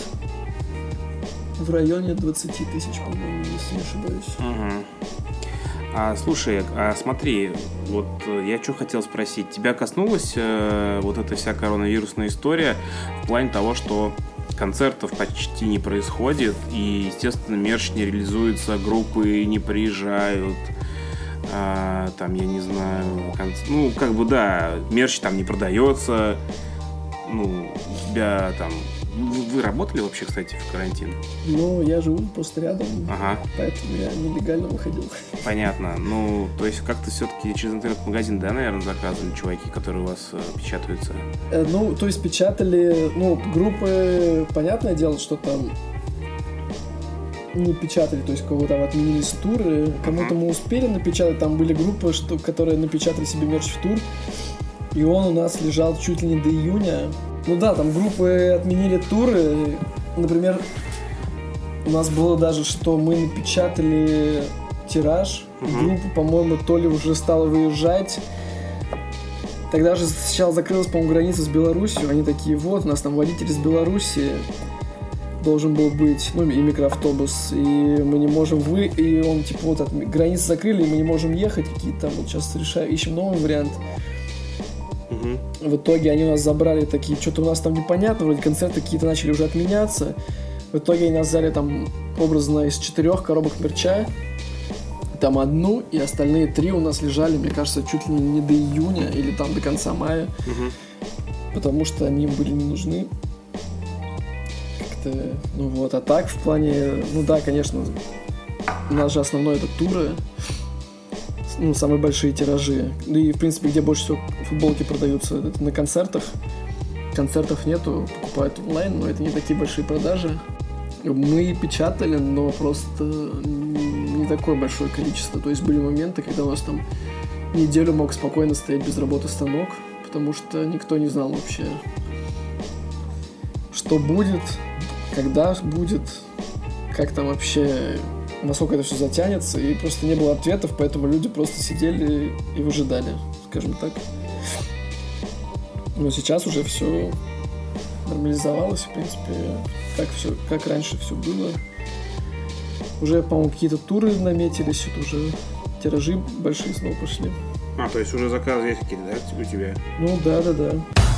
в районе двадцать тысяч, по-моему, если не ошибаюсь. Угу. А, слушай, а смотри, вот я что хотел спросить. Тебя коснулась э, вот эта вся коронавирусная история в плане того, что концертов почти не происходит, и, естественно, мерч не реализуется, группы не приезжают, а, там, я не знаю, конц... ну, как бы, да, мерч там не продается, ну, у тебя там... Вы, вы работали вообще, кстати, в карантин? Ну, я живу просто рядом, ага. Поэтому я нелегально выходил. Понятно. Ну, то есть как-то все-таки через интернет-магазин, да, наверное, заказывали чуваки, которые у вас э, печатаются? Э, ну, то есть печатали, ну, группы, понятное дело, что там не печатали, то есть кого-то там отменились туры, кому-то uh-huh. мы успели напечатать, там были группы, что, которые напечатали себе мерч в тур, и он у нас лежал чуть ли не до июня. Ну да, там группы отменили туры, например, у нас было даже, что мы напечатали тираж, uh-huh. группа, по-моему, то ли уже стала выезжать. Тогда же сначала закрылась, по-моему, граница с Беларусью, они такие, вот, у нас там водитель из Беларуси должен был быть, ну, и микроавтобус, и мы не можем вы... И он, типа, вот, от границы закрыли, и мы не можем ехать, какие-то там, вот, сейчас решаем, ищем новый вариант. Угу. В итоге они у нас забрали такие, что-то у нас там непонятно, вроде концерты какие-то начали уже отменяться. В итоге они нас взяли там, образно, из четырех коробок мерча, там одну, и остальные три у нас лежали, мне кажется, чуть ли не до июня, или там до конца мая, угу. потому что они им были не нужны. Ну вот, а так в плане, ну да, конечно, у нас же основное это туры, ну, самые большие тиражи, ну и в принципе, где больше всего футболки продаются, это на концертах, концертов нету, покупают онлайн, но это не такие большие продажи. Мы печатали, но просто не такое большое количество, то есть были моменты, когда у нас там неделю мог спокойно стоять без работы станок, потому что никто не знал вообще, что будет, когда будет, как там вообще, насколько это все затянется, и просто не было ответов, поэтому люди просто сидели и выжидали, скажем так. Но сейчас уже все нормализовалось, в принципе, как все, как раньше все было. Уже, по-моему, какие-то туры наметились, это уже тиражи большие снова пошли. А, то есть уже заказы есть какие-то, да, у тебя? Ну, да-да-да.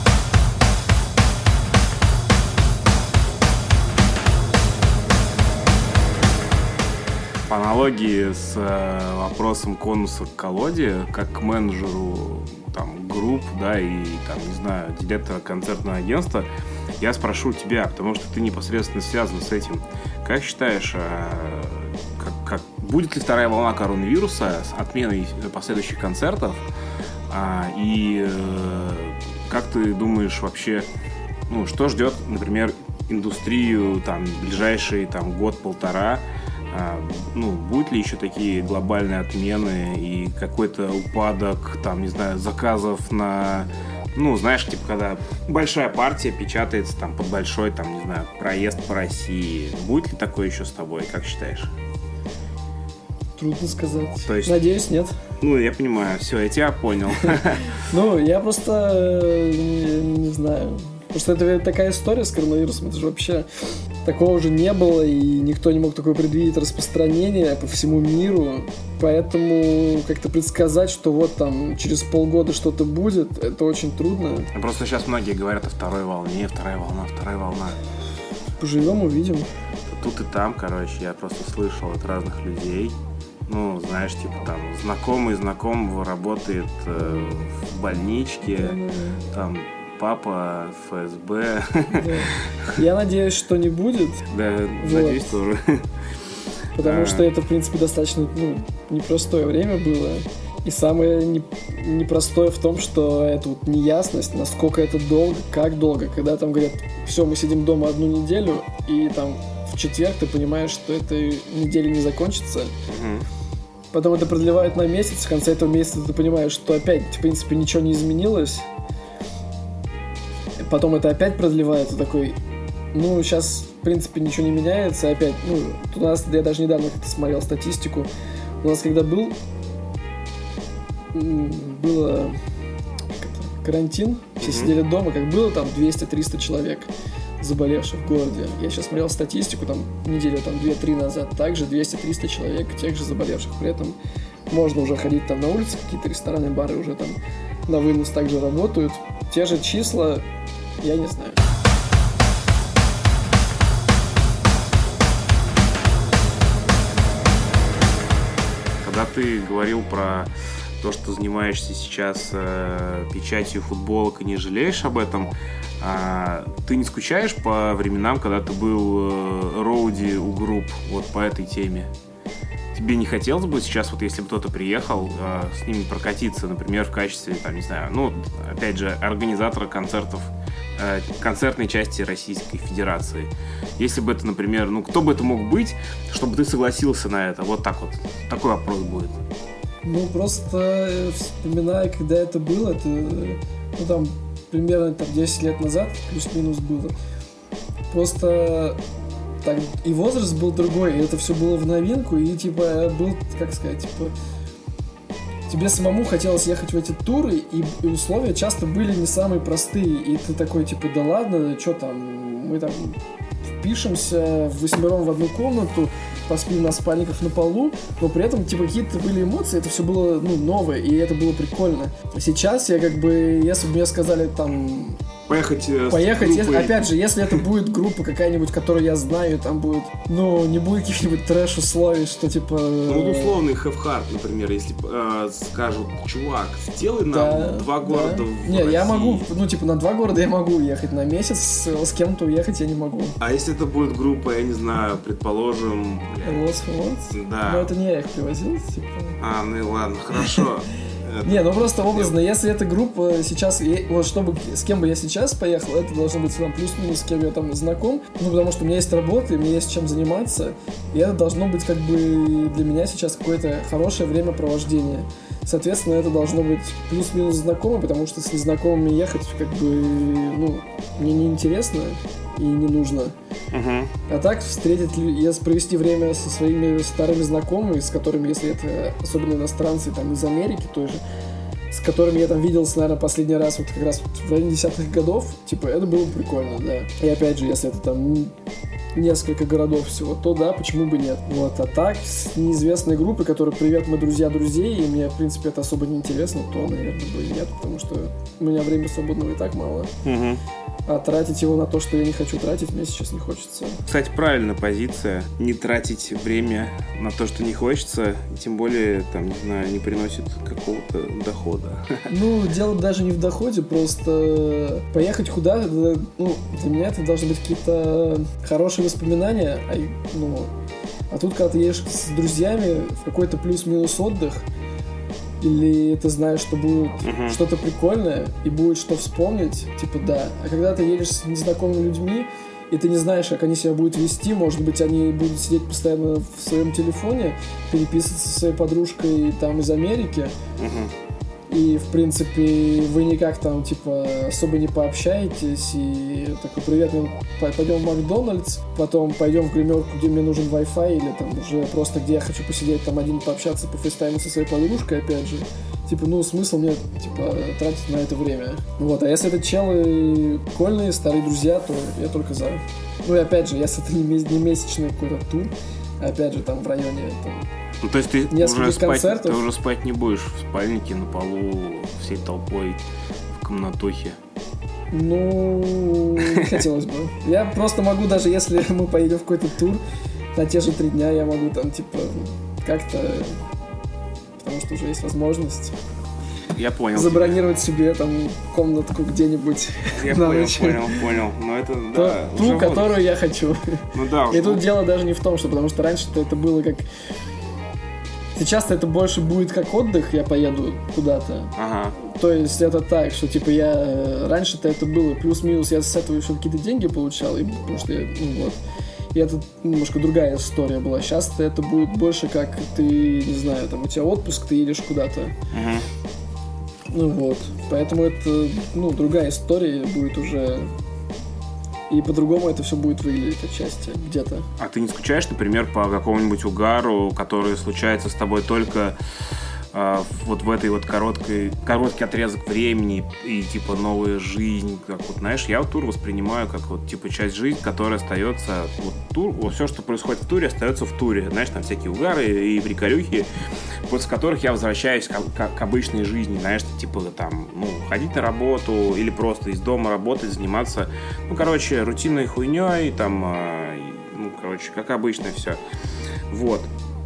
По аналогии с э, вопросом конуса к колоде, как к менеджеру там, групп, да, и там, не знаю, директора концертного агентства, я спрошу тебя, потому что ты непосредственно связан с этим. Как считаешь, э, как, как, будет ли вторая волна коронавируса с отменой последующих концертов? А, и э, как ты думаешь вообще, ну, что ждет, например, индустрию там ближайший там год-полтора? А, ну, будут ли еще такие глобальные отмены и какой-то упадок, там, не знаю, заказов на, ну, знаешь, типа, когда большая партия печатается там под большой, там, не знаю, проезд по России. Будет ли такое еще с тобой, как считаешь? Трудно сказать. То есть, надеюсь, нет. Ну, я понимаю, все, я тебя понял. Ну, я просто не знаю. Потому что это такая история с коронавирусом, это же вообще такого уже не было, и никто не мог такое предвидеть распространение по всему миру. Поэтому как-то предсказать, что вот там через полгода что-то будет, это очень трудно. Просто сейчас многие говорят о второй волне, вторая волна, вторая волна. Поживем, увидим. Тут и там, короче, я просто слышал от разных людей. Ну, знаешь, типа там знакомый знакомого работает э, в больничке, да-да-да. Там папа, эф эс бэ. Да. Я надеюсь, что не будет. Да, вот. Надеюсь тоже. Потому а... что это, в принципе, достаточно ну, непростое время было. И самое не, непростое в том, что это вот неясность, насколько это долго, как долго. Когда там говорят, все, мы сидим дома одну неделю, и там в четверг ты понимаешь, что этой недели не закончится. Угу. Потом это продлевают на месяц, в конце этого месяца ты понимаешь, что опять, в принципе, ничего не изменилось. Потом это опять продлевается, такой, ну, сейчас, в принципе, ничего не меняется, опять, ну, у нас, я даже недавно как-то смотрел статистику, у нас когда был, было карантин, все mm-hmm. сидели дома, как было там двести-триста человек заболевших в городе. Я сейчас смотрел статистику, там, неделю, там, две-три назад, также двести-триста человек, тех же заболевших, при этом можно уже ходить там на улице, какие-то рестораны, бары уже там на вынос также работают, те же числа, я не знаю. Когда ты говорил про то, что занимаешься сейчас э, печатью футболок и не жалеешь об этом, э, ты не скучаешь по временам, когда ты был э, роуди у групп вот по этой теме? Тебе не хотелось бы сейчас, вот если бы кто-то приехал, э, с ними прокатиться, например, в качестве, там, не знаю, ну, опять же, организатора концертов, э, концертной части Российской Федерации. Если бы это, например, ну, кто бы это мог быть, чтобы ты согласился на это? Вот так вот. Такой вопрос будет. Ну, просто вспоминая, когда это было, это, ну, там, примерно там, десять лет назад, плюс-минус было. Просто... Так, и возраст был другой, и это все было в новинку, и, типа, был, как сказать, типа, тебе самому хотелось ехать в эти туры, и, и условия часто были не самые простые, и ты такой, типа, да ладно, что там, мы там впишемся восьмером в одну комнату, поспим на спальниках на полу, но при этом, типа, какие-то были эмоции, это все было, ну, новое, и это было прикольно. Сейчас я, как бы, если бы мне сказали, там... Поехать, Поехать если, опять же, если это будет группа какая-нибудь, которую я знаю, там будет, ну, не будет каких-нибудь трэш-условий, что типа... Ну, условный Have Heart, например, если э, скажут, чувак, сделай нам да, два города да. в Не, России. Я могу, ну, типа, на два города я могу уехать, на месяц с, с кем-то уехать я не могу. А если это будет группа, я не знаю, предположим... Lost Words? Да. Но это не я их привозил, типа... А, ну и ладно, хорошо. Не, ну просто образно, если эта группа сейчас, вот чтобы с кем бы я сейчас поехал, это должно быть там плюс-минус, с кем я там знаком, ну потому что у меня есть работа, и мне есть чем заниматься, и это должно быть как бы для меня сейчас какое-то хорошее времяпровождение. Соответственно, это должно быть плюс-минус знакомо, потому что с незнакомыми ехать как бы, ну, мне неинтересно и не нужно. Uh-huh. А так встретить, если провести время со своими старыми знакомыми, с которыми, если это особенно иностранцы там из Америки той же, с которыми я там виделся, наверное, последний раз вот как раз вот в районе десятых годов, типа, это было прикольно, да. И опять же, если это там несколько городов всего, то да, почему бы нет. Вот, а так, с неизвестной группой, которая «Привет, мы друзья друзей», и мне, в принципе, это особо не интересно, то, наверное, бы и нет, потому что у меня времени свободного и так мало. Uh-huh. А тратить его на то, что я не хочу тратить, мне сейчас не хочется. Кстати, правильная позиция. Не тратить время на то, что не хочется, тем более, там, не знаю, не приносит какого-то дохода. Ну, дело даже не в доходе, просто поехать куда-то, ну, для меня это должны быть какие-то хорошие воспоминания, а, ну, а тут, когда ты едешь с друзьями в какой-то плюс-минус отдых, или ты знаешь, что будет Мгм. что-то прикольное и будет что вспомнить, типа да. А когда ты едешь с незнакомыми людьми, и ты не знаешь, как они себя будут вести, может быть, они будут сидеть постоянно в своем телефоне, переписываться со своей подружкой там из Америки, Мгм. и, в принципе, вы никак там, типа, особо не пообщаетесь, и такой, привет, мы по- пойдем в Макдональдс, потом пойдем в гримерку, где мне нужен Wi-Fi, или там уже просто, где я хочу посидеть там один, пообщаться, пофейстаймить со своей подружкой, опять же. Типа, ну, смысл мне, типа, тратить на это время. Вот, а если это челы прикольные, старые друзья, то я только за. Ну, и опять же, если это не, мес- не месячный какой-то тур, опять же, там в районе, там, Ну, то есть ты Несколько уже, спать, концертов. ты уже спать не будешь в спальнике на полу всей толпой в комнатухе. ну, не хотелось бы. Я просто могу, даже если мы поедем в какой-то тур, на те же три дня я могу там, типа, как-то, потому что уже есть возможность, Я понял. забронировать себе там комнатку где-нибудь Я на понял, ночь. понял, понял. Но это, То- да, ту, уже вот- которую я хочу. Ну да, И уж тут ну, дело даже не в том, что потому что раньше-то это было как... Сейчас-то это больше будет как отдых, я поеду куда-то. Ага. То есть это так, что типа я... э, Раньше-то это было плюс-минус, я с этого еще какие-то деньги получал, и, потому что я, ну вот... И это немножко другая история была. Сейчас-то это будет больше как ты, не знаю, там у тебя отпуск, ты едешь куда-то. Мгм. Ну вот. Поэтому это, ну, другая история будет уже... И по-другому это все будет выглядеть отчасти где-то. А ты не скучаешь, например, по какому-нибудь угару, который случается с тобой только э, вот в этой вот короткой, короткий отрезок времени и типа новая жизнь, как вот, знаешь, я вот тур воспринимаю как вот типа часть жизни, которая остается, вот тур, вот все, что происходит в туре, остается в туре, знаешь, там всякие угары и приколюхи, после которых я возвращаюсь к, к- к обычной жизни, знаешь, типа там, ну, ходить на работу или просто из дома работать, заниматься, ну, короче, рутинной хуйней, там, э, и, ну, короче, как обычно все. Вот.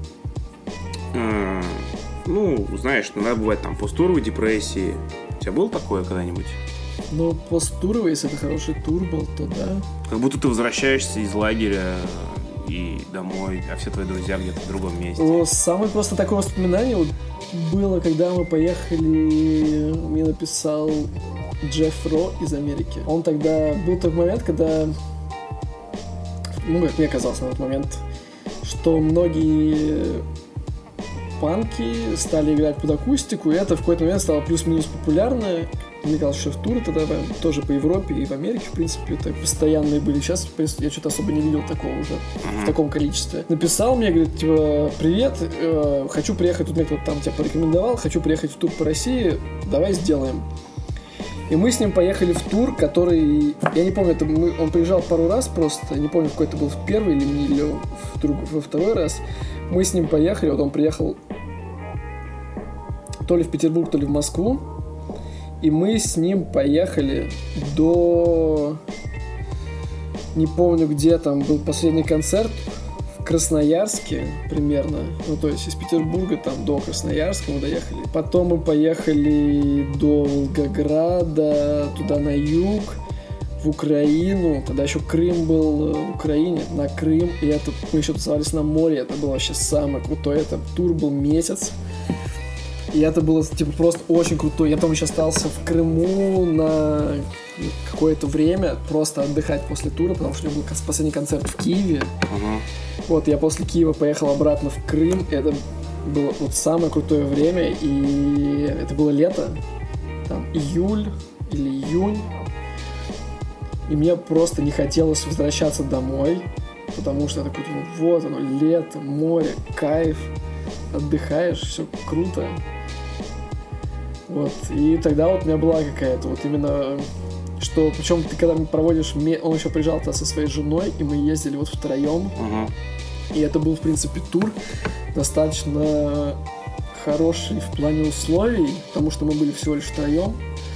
Э, ну, знаешь, иногда бывает там посттуровые депрессии. У тебя было такое когда-нибудь? Но посттуровый, если это хороший тур был, то да. Как будто ты возвращаешься из лагеря и домой, а все твои друзья где-то в другом месте. О, самое просто такое воспоминание вот было, когда мы поехали, мне написал Джефф Ро из Америки. Он тогда... Был тот момент, когда... Ну, как мне казалось на тот момент, что многие панки стали играть под акустику, и это в какой-то момент стало плюс-минус популярно. Мне казалось, что в туры тогда тоже по Европе и в Америке, в принципе, это постоянные были. Сейчас, в принципе, я что-то особо не видел такого уже в таком количестве. Написал мне, говорит, типа, привет, э, хочу приехать, тут мне кто-то там тебя порекомендовал, хочу приехать в тур по России, давай сделаем. И мы с ним поехали в тур, который, я не помню, это мы, он приезжал пару раз просто, я не помню, какой это был в первый или, или в друг, во второй раз. Мы с ним поехали, вот он приехал то ли в Петербург, то ли в Москву. И мы с ним поехали до... Не помню, где там был последний концерт. В Красноярске примерно. Ну, то есть из Петербурга там до Красноярска мы доехали. Потом мы поехали до Волгограда, туда на юг, в Украину. Тогда еще Крым был в Украине, на Крым. И это мы еще тусовались на море. Это было вообще самое крутое. Это тур был месяц. И это было, типа, просто очень круто. Я потом еще остался в Крыму на какое-то время, просто отдыхать после тура, потому что у меня был последний концерт в Киеве. Ага. Вот, я после Киева поехал обратно в Крым. Это было вот самое крутое время, и это было лето, там, июль или июнь. И мне просто не хотелось возвращаться домой, потому что я такой думал, вот оно, лето, море, кайф, отдыхаешь, все круто. Вот, и тогда вот у меня была какая-то вот именно, что, причем ты когда проводишь, он еще приезжал тогда со своей женой, и мы ездили вот втроем, Ага. и это был, в принципе, тур достаточно хороший в плане условий, потому что мы были всего лишь втроем.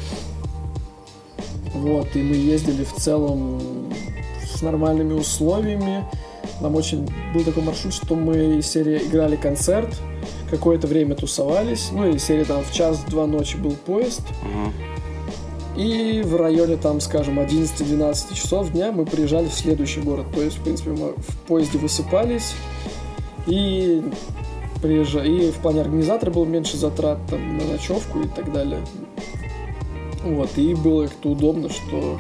Вот, и мы ездили в целом с нормальными условиями. Нам очень был такой маршрут, что мы из серии играли концерт, какое-то время тусовались, ну и серия там в час-два ночи был поезд, Ага. и в районе там, скажем, одиннадцать-двенадцать часов дня мы приезжали в следующий город. То есть, в принципе, мы в поезде высыпались и приезжали. И в плане организатора было меньше затрат там, на ночевку и так далее. Вот, и было как-то удобно, что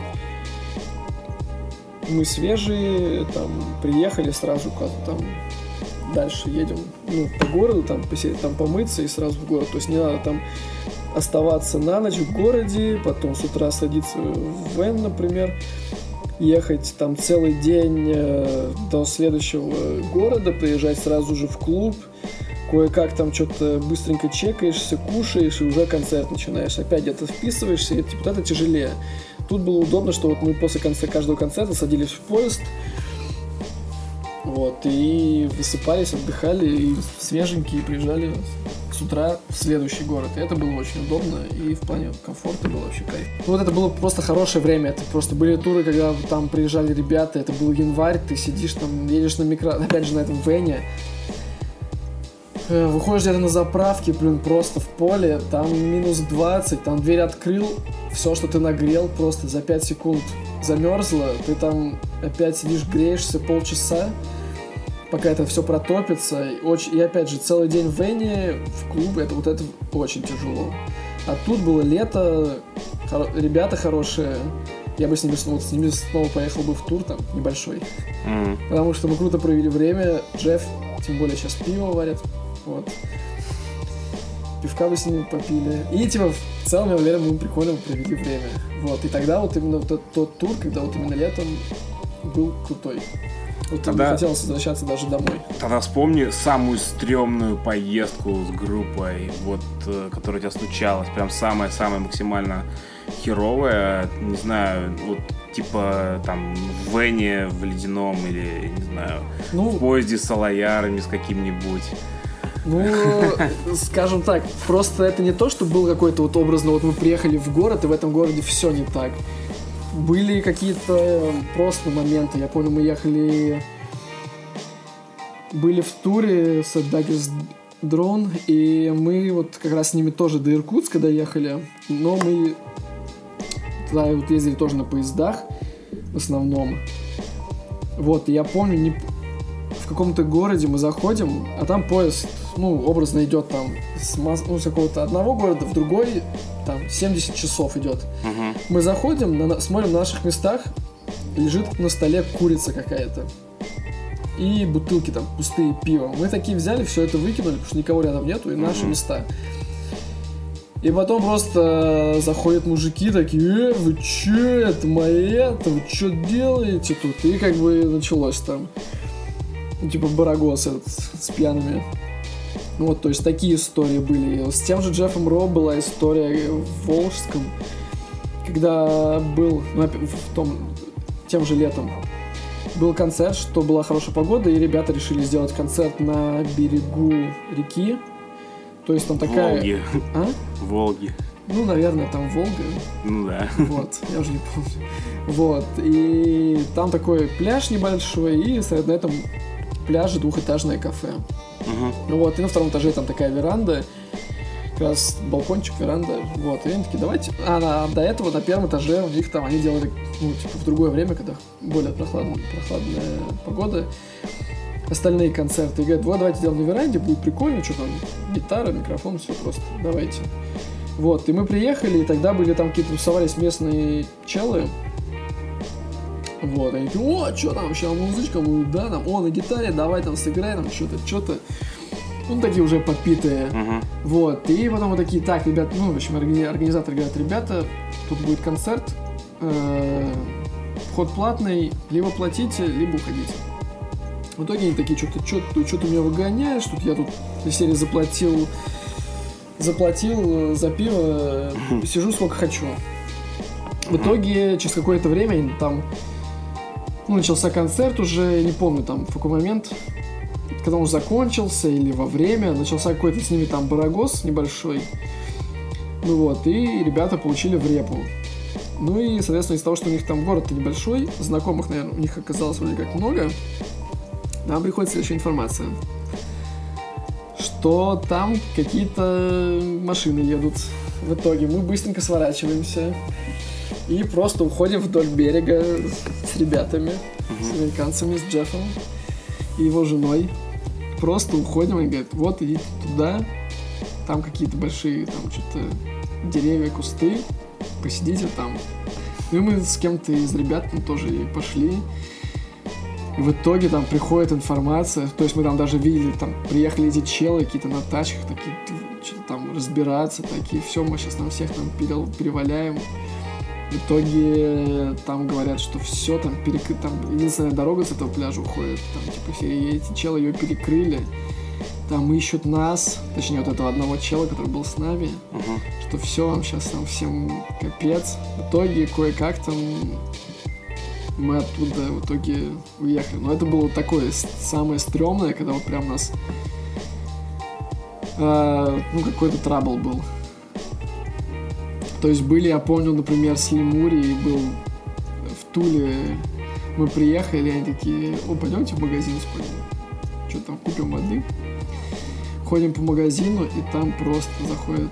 мы свежие, там, приехали сразу куда-то там дальше едем, ну, по городу, там, посидеть, там, помыться и сразу в город. То есть не надо там оставаться на ночь в городе, потом с утра садиться в вэн, например, ехать там целый день э, до следующего города, приезжать сразу же в клуб, кое-как там что-то быстренько чекаешься, кушаешь, и уже концерт начинаешь. Опять где-то вписываешься, и типа, это тяжелее. Тут было удобно, что вот мы после конца каждого концерта садились в поезд, вот, и высыпались, отдыхали, и свеженькие приезжали с утра в следующий город. И это было очень удобно, и в плане комфорта было вообще кайф. Ну, вот это было просто хорошее время. Это просто были туры, когда там приезжали ребята, это был январь, ты сидишь там, едешь на микро... опять же, на этом вэне, выходишь где-то на заправке, блин, просто в поле, там минус двадцать, там дверь открыл, все, что ты нагрел, просто за пять секунд замерзло, ты там опять сидишь, греешься полчаса, пока это все протопится, и, очень, и опять же, целый день в вэне, в клубе, это вот это очень тяжело. А тут было лето, хоро- ребята хорошие, я бы с ними, вот, с ними снова поехал бы в тур там, небольшой, mm-hmm. потому что мы круто провели время, Джефф, тем более сейчас пиво варят, вот. Пивка бы с ними попили. И, типа, в целом, я уверен, мы прикольно провели время. Вот. И тогда вот именно вот тот, тот тур, когда вот именно летом был крутой. Вот тогда... мне хотелось возвращаться даже домой. Тогда вспомни самую стрёмную поездку с группой, вот, которая у тебя случалась. Прям самая-самая максимально херовая. Не знаю, вот, типа, там, в вэне, в ледяном или, не знаю, ну... в поезде с алоярами, с каким-нибудь. Ну, скажем так, просто это не то, что был какой-то вот образно, вот мы приехали в город, и в этом городе все не так. Были какие-то просто моменты. Я помню, мы ехали, были в туре с Daggers Drone, и мы вот как раз с ними тоже до Иркутска доехали, но мы туда вот ездили тоже на поездах в основном. Вот, и я помню, не... в каком-то городе мы заходим, а там поезд, ну, образно идет там с, мас... ну, с какого-то одного города в другой, там, семьдесят часов идет. Uh-huh. Мы заходим, на... смотрим на наших местах, лежит на столе курица какая-то. И бутылки там, пустые пива. Мы такие взяли, все это выкинули, потому что никого рядом нету, и наши uh-huh. места. И потом просто заходят мужики такие: э, вы че, это моя, это вы что делаете тут? И как бы началось там. Ну, типа барагос этот с пьяными. Ну вот, то есть такие истории были. С тем же Джеффом Ро была история в Волжском, когда был, ну, в том, тем же летом, был концерт, что была хорошая погода, и ребята решили сделать концерт на берегу реки. То есть там такая... Волги. А? Волги. Ну, наверное, там Волга. Ну да. Вот, я уже не помню. Вот, и там такой пляж небольшой, и на этом пляже двухэтажное кафе. Uh-huh. Вот, и на втором этаже там такая веранда, как раз балкончик, веранда. Вот, и они такие, давайте... А на, до этого на первом этаже у них там, они делали, ну, типа, в другое время, когда более прохладная, прохладная погода, остальные концерты. И говорят, вот, давайте сделаем на веранде, будет прикольно, что там, гитара, микрофон, все просто, давайте. Вот, и мы приехали, и тогда были там какие-то, тусовались местные челы. Вот, они такие, о, что там, сейчас музычка, мы, да, там, о, на гитаре, давай там сыграй, там, что-то, что-то. Ну, такие уже попитые. Uh-huh. Вот, и потом вот такие, так, ребят, ну, в общем, организаторы говорят, ребята, тут будет концерт, э-э, вход платный, либо платите, либо уходите. В итоге они такие, что-то, что-то, что-то меня выгоняешь, тут я тут из серии заплатил, заплатил за пиво, uh-huh. сижу сколько хочу. В итоге, через какое-то время, там, ну, начался концерт уже, я не помню, там, в какой момент, когда он закончился или во время, начался какой-то с ними там барагос небольшой. Ну вот, и ребята получили в репу. Ну и, соответственно, из-за того, что у них там город-то небольшой, знакомых, наверное, у них оказалось вроде как много, нам приходит следующая информация, что там какие-то машины едут. В итоге мы быстренько сворачиваемся и просто уходим вдоль берега с ребятами, uh-huh. с американцами, с Джеффом и его женой, просто уходим, и говорят, вот идите туда, там какие-то большие, там что-то деревья, кусты, посидите там. Ну и мы с кем-то из ребят там тоже и пошли. И в итоге там приходит информация, то есть мы там даже видели, там приехали эти челы какие-то на тачках, такие, что-то там разбираться, такие, все, мы сейчас там всех там перел, переваляем. В итоге там говорят, что все там перекрыто, там единственная дорога с этого пляжа уходит, там типа все эти челы ее перекрыли, там ищут нас, точнее вот этого одного чела, который был с нами, uh-huh. что все, вам сейчас там всем капец. В итоге кое-как там мы оттуда в итоге уехали. Но это было такое самое стрёмное, когда вот прям нас э, ну какой-то трабл был. То есть были, я помню, например, с Лемурией был в Туле, мы приехали, они такие, о, пойдемте в магазин сходим, что там, купим воды. Ходим по магазину, и там просто заходят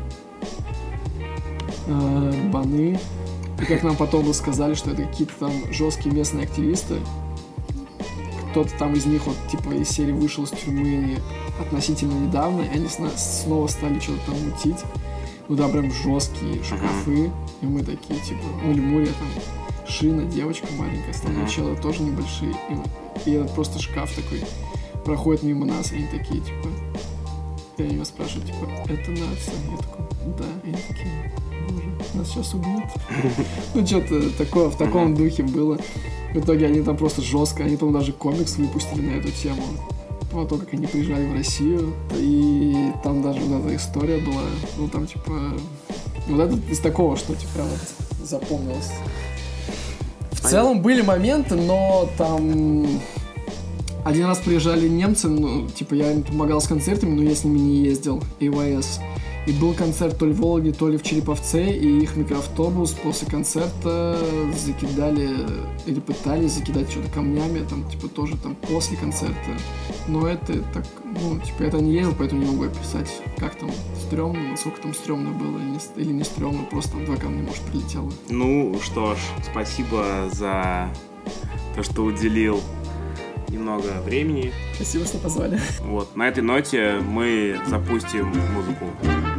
э, баны. И как нам потом рассказали, что это какие-то там жесткие местные активисты. Кто-то там из них вот типа из серии вышел из тюрьмы относительно недавно, и они снова стали что-то там мутить. Ну да, прям жесткие шкафы. И мы такие, типа, ну Лемурия там, Шина, девочка маленькая, остальные челы тоже небольшие. И, и этот просто шкаф такой проходит мимо нас, и они такие, типа, я меня спрашиваю, типа, это нация? Я такой, да. И они такие, боже, нас сейчас убьют. Ну, что-то такое, в таком духе было. В итоге они там просто жестко, они там даже комикс выпустили на эту тему. По то, как они приезжали в Россию. И там даже вот эта история была, ну, там, типа, вот это из такого, что, типа, прям вот запомнилось. В целом были моменты, но там... Один раз приезжали немцы, ну, типа, я им помогал с концертами, но я с ними не ездил, эй вай эс. И был концерт то ли в Вологде, то ли в Череповце, и их микроавтобус после концерта закидали, или пытались закидать что-то камнями, там, типа, тоже там после концерта. Но это так, ну, типа, я не ездил, поэтому не могу описать, как там стрёмно, насколько там стрёмно было, или не, или не стрёмно, просто там два камня, может, прилетело. Ну, что ж, спасибо за то, что уделил немного времени. Спасибо, что позвали. Вот, на этой ноте мы запустим музыку.